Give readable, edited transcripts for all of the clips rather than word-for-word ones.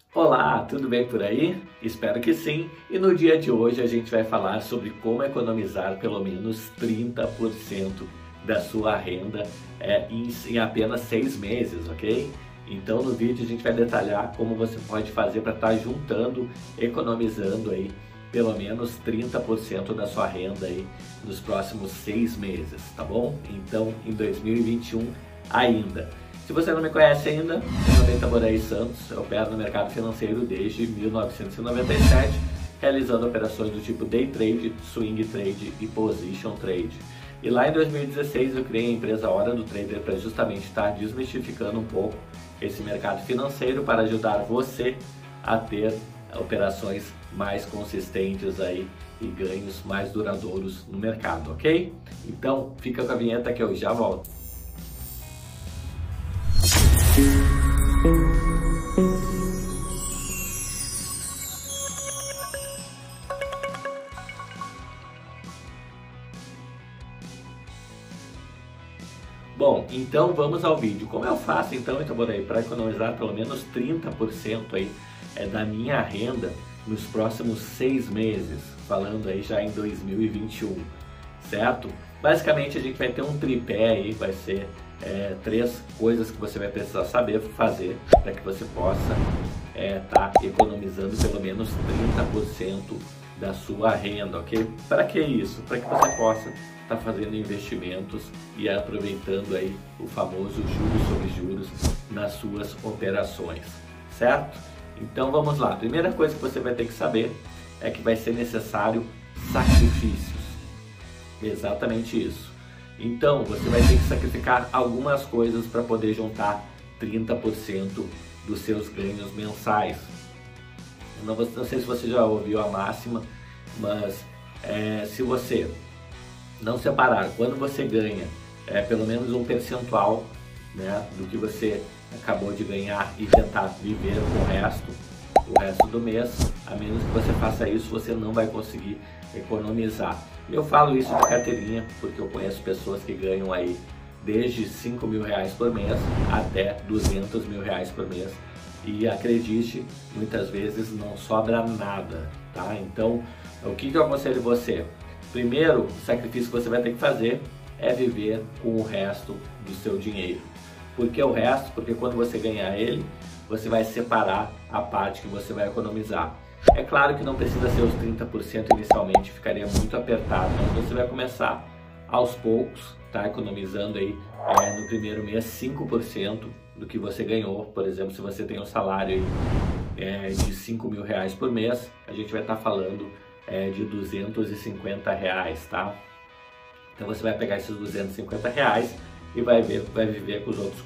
Olá, tudo bem por aí? Espero que sim. E no dia de hoje a gente vai falar sobre como economizar pelo menos 30% da sua renda em apenas 6 meses, ok? Então no vídeo a gente vai detalhar como você pode fazer para estar juntando, economizando aí pelo menos 30% da sua renda aí nos próximos 6 meses, tá bom? Então em 2021 ainda. Se você não me conhece ainda, meu nome é Itaboraí Santos, eu opero no mercado financeiro desde 1997, realizando operações do tipo Day Trade, Swing Trade e Position Trade. E lá em 2016 eu criei a empresa Hora do Trader para justamente estar desmistificando um pouco esse mercado financeiro para ajudar você a ter operações mais consistentes aí e ganhos mais duradouros no mercado, ok? Então fica com a vinheta que eu já volto. Bom, então vamos ao vídeo. Como eu faço então, Itaboraí, para economizar pelo menos 30% aí da minha renda nos próximos 6 meses, falando aí já em 2021, certo? Basicamente a gente vai ter um tripé aí, vai ser 3 coisas que você vai precisar saber fazer para que você possa estar economizando pelo menos 30% da sua renda, ok? Para que isso? Para que você possa estar fazendo investimentos e aproveitando aí o famoso juros sobre juros nas suas operações, certo? Então vamos lá. A primeira coisa que você vai ter que saber é que vai ser necessário sacrifícios. Exatamente isso. Então você vai ter que sacrificar algumas coisas para poder juntar 30% dos seus ganhos mensais. Não sei se você já ouviu a máxima, mas se você não separar quando você ganha pelo menos um percentual, né, do que você acabou de ganhar e tentar viver o resto do mês, a menos que você faça isso, você não vai conseguir economizar. Eu falo isso de carteirinha porque eu conheço pessoas que ganham aí desde 5 mil reais por mês até 200 mil reais por mês. E acredite, muitas vezes não sobra nada, tá? Então, o que eu aconselho você? Primeiro, o sacrifício que você vai ter que fazer é viver com o resto do seu dinheiro. Por que o resto? Porque quando você ganhar ele, você vai separar a parte que você vai economizar. É claro que não precisa ser os 30% inicialmente, ficaria muito apertado, mas você vai começar aos poucos, tá? Economizando aí no primeiro mês 5% do que você ganhou. Por exemplo, se você tem um salário aí, de 5 mil reais por mês, a gente vai estar falando de 250 reais, tá? Então você vai pegar esses 250 reais e vai viver com os outros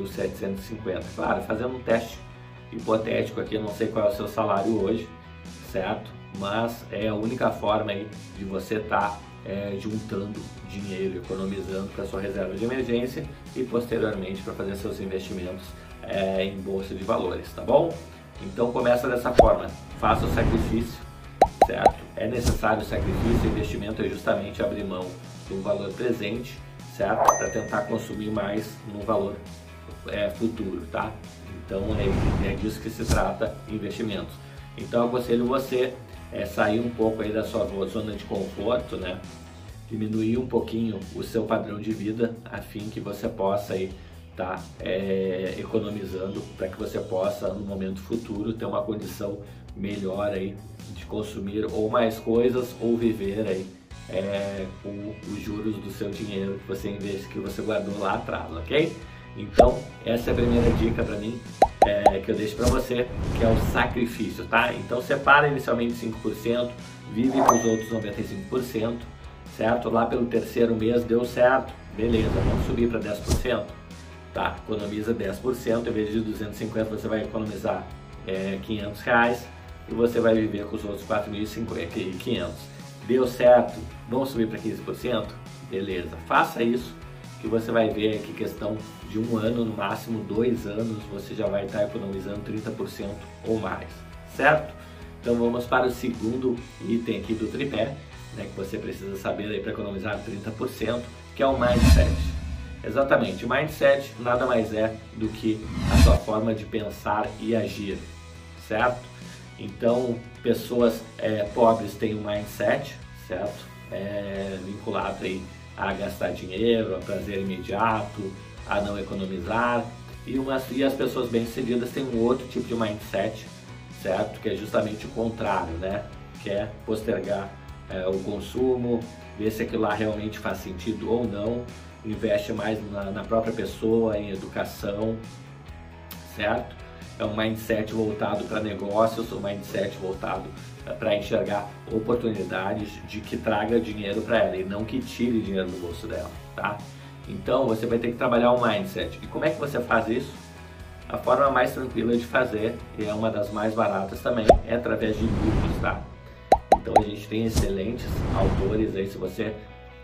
4.750. Claro, fazendo um teste hipotético aqui, eu não sei qual é o seu salário hoje, certo? Mas é a única forma aí de você estar juntando dinheiro, economizando para sua reserva de emergência e posteriormente para fazer seus investimentos em bolsa de valores, tá bom? Então começa dessa forma, faça o sacrifício, certo? É necessário o sacrifício, o investimento é justamente abrir mão do valor presente, certo? Para tentar consumir mais no valor futuro, tá? Então é disso que se trata investimentos. Então eu aconselho você sair um pouco aí da sua zona de conforto, né? Diminuir um pouquinho o seu padrão de vida a fim que você possa aí tá economizando para que você possa no momento futuro ter uma condição melhor aí de consumir ou mais coisas ou viver aí com os juros do seu dinheiro que você investe, que você guardou lá atrás, ok? Então essa é a primeira dica para mim que eu deixo para você, que é o sacrifício, tá? Então separa inicialmente 5%, vive com os outros 95%, certo? Lá pelo terceiro mês deu certo, beleza, vamos subir para 10%, tá? Economiza 10%, em vez de 250 você vai economizar 500 reais e você vai viver com os outros 4.500. Deu certo, vamos subir para 15%? Beleza, faça isso que você vai ver que questão de 1 ano, no máximo 2 anos, você já vai estar economizando 30% ou mais, certo? Então vamos para o segundo item aqui do tripé, né, que você precisa saber aí para economizar 30%, que é o mindset. Exatamente, o mindset nada mais é do que a sua forma de pensar e agir, certo? Então, pessoas pobres têm um mindset, certo? Vinculado aí a gastar dinheiro, a prazer imediato, a não economizar. E as pessoas bem-sucedidas têm um outro tipo de mindset, certo? Que é justamente o contrário, né? Que é postergar o consumo, ver se aquilo lá realmente faz sentido ou não, investe mais na própria pessoa, em educação, certo? É um mindset voltado para negócios, um mindset voltado para enxergar oportunidades de que traga dinheiro para ela e não que tire dinheiro do bolso dela, tá? Então você vai ter que trabalhar o mindset. E como é que você faz isso? A forma mais tranquila de fazer, e é uma das mais baratas também, é através de livros, tá? Então a gente tem excelentes autores aí. Se você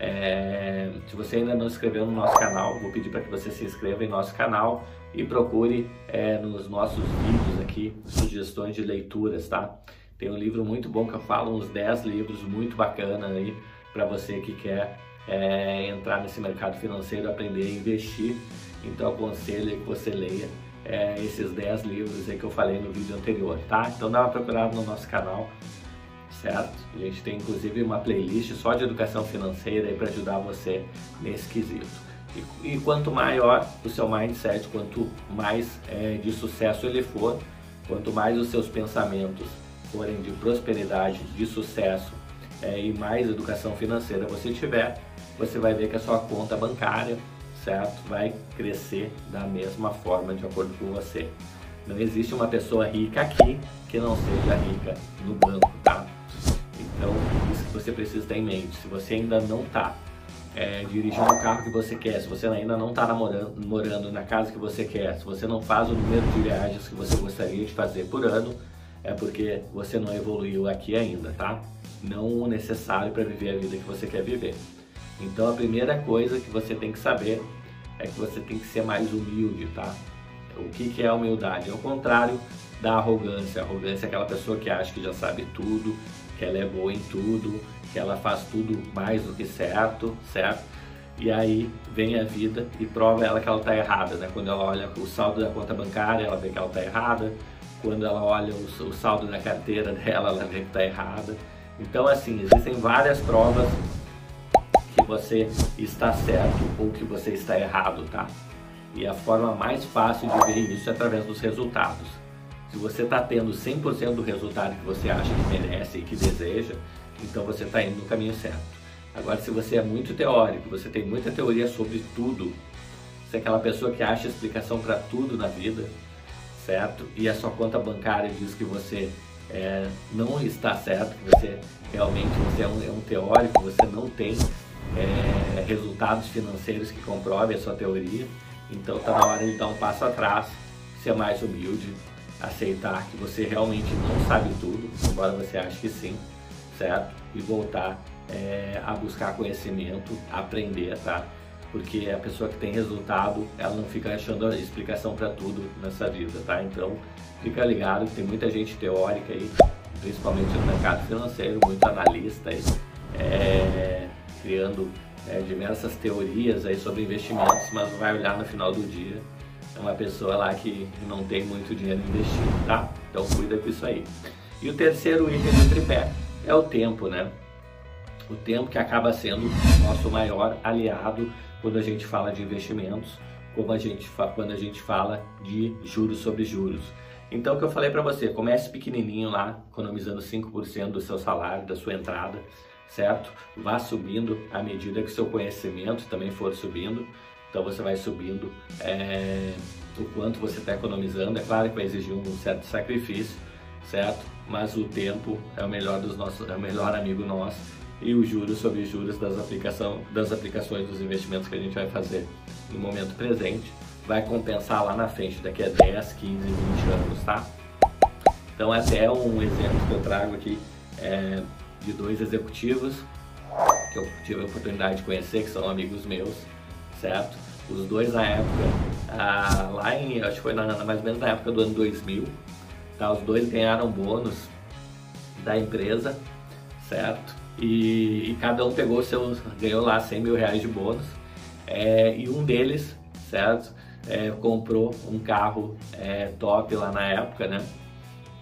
ainda não se inscreveu no nosso canal, vou pedir para que você se inscreva em nosso canal e procure nos nossos vídeos aqui sugestões de leituras, tá? Tem um livro muito bom que eu falo, uns 10 livros muito bacana aí para você que quer entrar nesse mercado financeiro, aprender a investir. Então eu aconselho que você leia esses 10 livros aí que eu falei no vídeo anterior, tá? Então dá uma procurada no nosso canal, certo? A gente tem inclusive uma playlist só de educação financeira aí para ajudar você nesse quesito. E quanto maior o seu mindset, quanto mais de sucesso ele for, quanto mais os seus pensamentos forem de prosperidade, de sucesso e mais educação financeira você tiver, você vai ver que a sua conta bancária, certo, vai crescer da mesma forma de acordo com você. Não existe uma pessoa rica aqui que não seja rica no banco, tá? Então, isso que você precisa ter em mente. Se você ainda não está dirigindo o carro que você quer, se você ainda não está morando na casa que você quer, se você não faz o número de viagens que você gostaria de fazer por ano, é porque você não evoluiu aqui ainda, tá? Não o necessário para viver a vida que você quer viver. Então, a primeira coisa que você tem que saber é que você tem que ser mais humilde, tá? O que é a humildade? É o contrário da arrogância. A arrogância é aquela pessoa que acha que já sabe tudo, que ela é boa em tudo, que ela faz tudo mais do que certo, certo? E aí vem a vida e prova ela que ela está errada, né? Quando ela olha o saldo da conta bancária, ela vê que ela está errada. Quando ela olha o saldo da carteira dela, ela vê que está errada. Então, assim, existem várias provas que você está certo ou que você está errado, tá? E a forma mais fácil de ver isso é através dos resultados. Se você está tendo 100% do resultado que você acha que merece e que deseja, então você está indo no caminho certo. Agora, se você é muito teórico, você tem muita teoria sobre tudo, você é aquela pessoa que acha explicação para tudo na vida, certo? E a sua conta bancária diz que você não está certo, que você realmente é um teórico, você não tem resultados financeiros que comprovem a sua teoria, então está na hora de dar um passo atrás, ser mais humilde, aceitar que você realmente não sabe tudo, embora você ache que sim, certo? E voltar a buscar conhecimento, aprender, tá? Porque a pessoa que tem resultado, ela não fica achando a explicação para tudo nessa vida, tá? Então, fica ligado que tem muita gente teórica aí, principalmente no mercado financeiro, muito analista aí, criando diversas teorias aí sobre investimentos, mas vai olhar no final do dia, é uma pessoa lá que não tem muito dinheiro investido, tá? Então cuida com isso aí. E o terceiro item do tripé é o tempo, né? O tempo que acaba sendo nosso maior aliado quando a gente fala de investimentos, quando a gente fala de juros sobre juros. Então, o que eu falei para você, comece pequenininho lá, economizando 5% do seu salário, da sua entrada, certo? Vá subindo à medida que o seu conhecimento também for subindo. Então, você vai subindo o quanto você está economizando. É claro que vai exigir um certo sacrifício, certo? Mas o tempo é o melhor amigo nosso. E os juros sobre juros das aplicações dos investimentos que a gente vai fazer no momento presente vai compensar lá na frente, daqui a 10, 15, 20 anos, tá? Então, até um exemplo que eu trago aqui de 2 executivos que eu tive a oportunidade de conhecer, que são amigos meus, certo? Os dois na época, acho que foi mais ou menos na época do ano 2000, tá? Os dois ganharam bônus da empresa, certo? E cada um ganhou lá 100 mil reais de bônus, e um deles, certo? Comprou um carro top lá na época, né?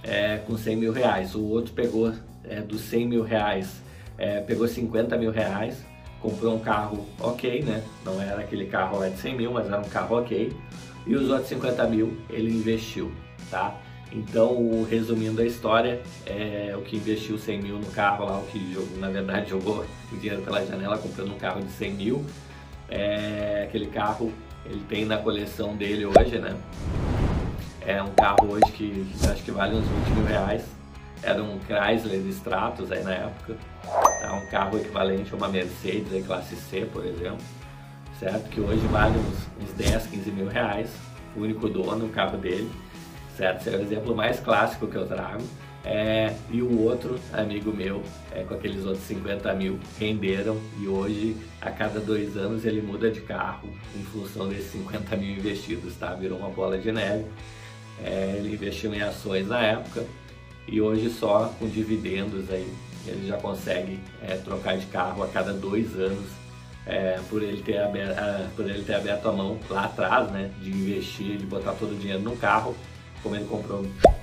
com 100 mil reais. O outro pegou dos 100 mil reais, pegou 50 mil reais, comprou um carro ok, né? Não era aquele carro lá de 100 mil, mas era um carro ok. E os outros 50 mil ele investiu, tá? Então, resumindo a história, o que investiu 100 mil no carro lá, o que na verdade jogou o dinheiro pela janela comprando um carro de 100 mil, aquele carro ele tem na coleção dele hoje, né? É um carro hoje que acho que vale uns 20 mil reais. Era um Chrysler Stratus aí na época, tá? Um carro equivalente a uma Mercedes aí, classe C, por exemplo, certo? Que hoje vale uns 10, 15 mil reais, o único dono, o carro dele, certo? Esse é o exemplo mais clássico que eu trago. E o outro amigo meu, com aqueles outros 50 mil, renderam, e hoje, a cada 2 anos, ele muda de carro em função desses 50 mil investidos, tá? Virou uma bola de neve. Ele investiu em ações na época, e hoje só com dividendos aí ele já consegue trocar de carro a cada 2 anos, por ele ter aberto a mão lá atrás, né, de investir, de botar todo o dinheiro no carro. Como ele comprou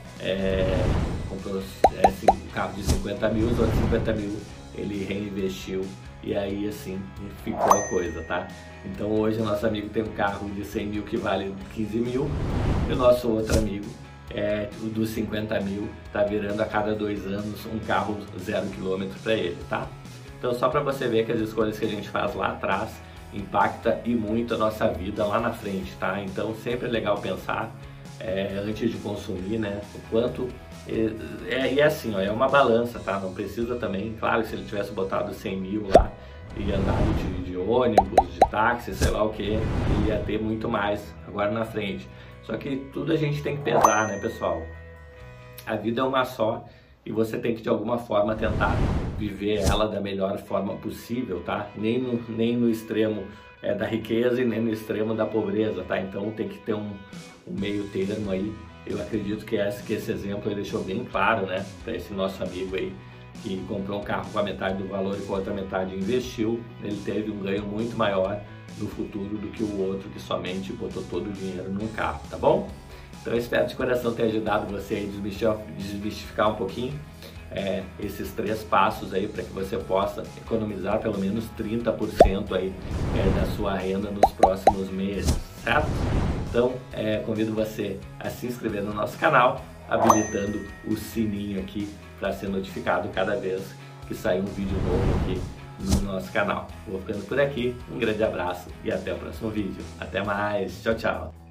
um carro de 50 mil, os outros 50 mil ele reinvestiu, e aí assim ficou a coisa, tá? Então hoje o nosso amigo tem um carro de 100 mil que vale 15 mil, e o nosso outro amigo, o dos 50 mil, tá virando a cada 2 anos um carro 0 km para ele, tá? Então só para você ver que as escolhas que a gente faz lá atrás impacta e muito a nossa vida lá na frente, tá? Então sempre é legal pensar antes de consumir, né? O quanto e assim, ó, é uma balança, tá? Não precisa também, claro, se ele tivesse botado 100 mil lá e andado de ônibus, de táxi, sei lá o que, ele ia ter muito mais agora na frente. Só que tudo a gente tem que pesar, né, pessoal? A vida é uma só e você tem que de alguma forma tentar viver ela da melhor forma possível, tá? Nem no extremo da riqueza e nem no extremo da pobreza, tá? Então tem que ter um meio termo aí. Eu acredito que esse exemplo ele deixou bem claro, né, para esse nosso amigo aí que comprou um carro com a metade do valor e com a outra metade investiu. Ele teve um ganho muito maior no futuro do que o outro que somente botou todo o dinheiro num carro, tá bom? Então eu espero de coração ter ajudado você a desmistificar um pouquinho esses 3 passos aí para que você possa economizar pelo menos 30% aí da sua renda nos próximos meses, certo? Então convido você a se inscrever no nosso canal, habilitando o sininho aqui para ser notificado cada vez que sair um vídeo novo aqui no nosso canal. Vou ficando por aqui, um grande abraço e até o próximo vídeo. Até mais, tchau, tchau!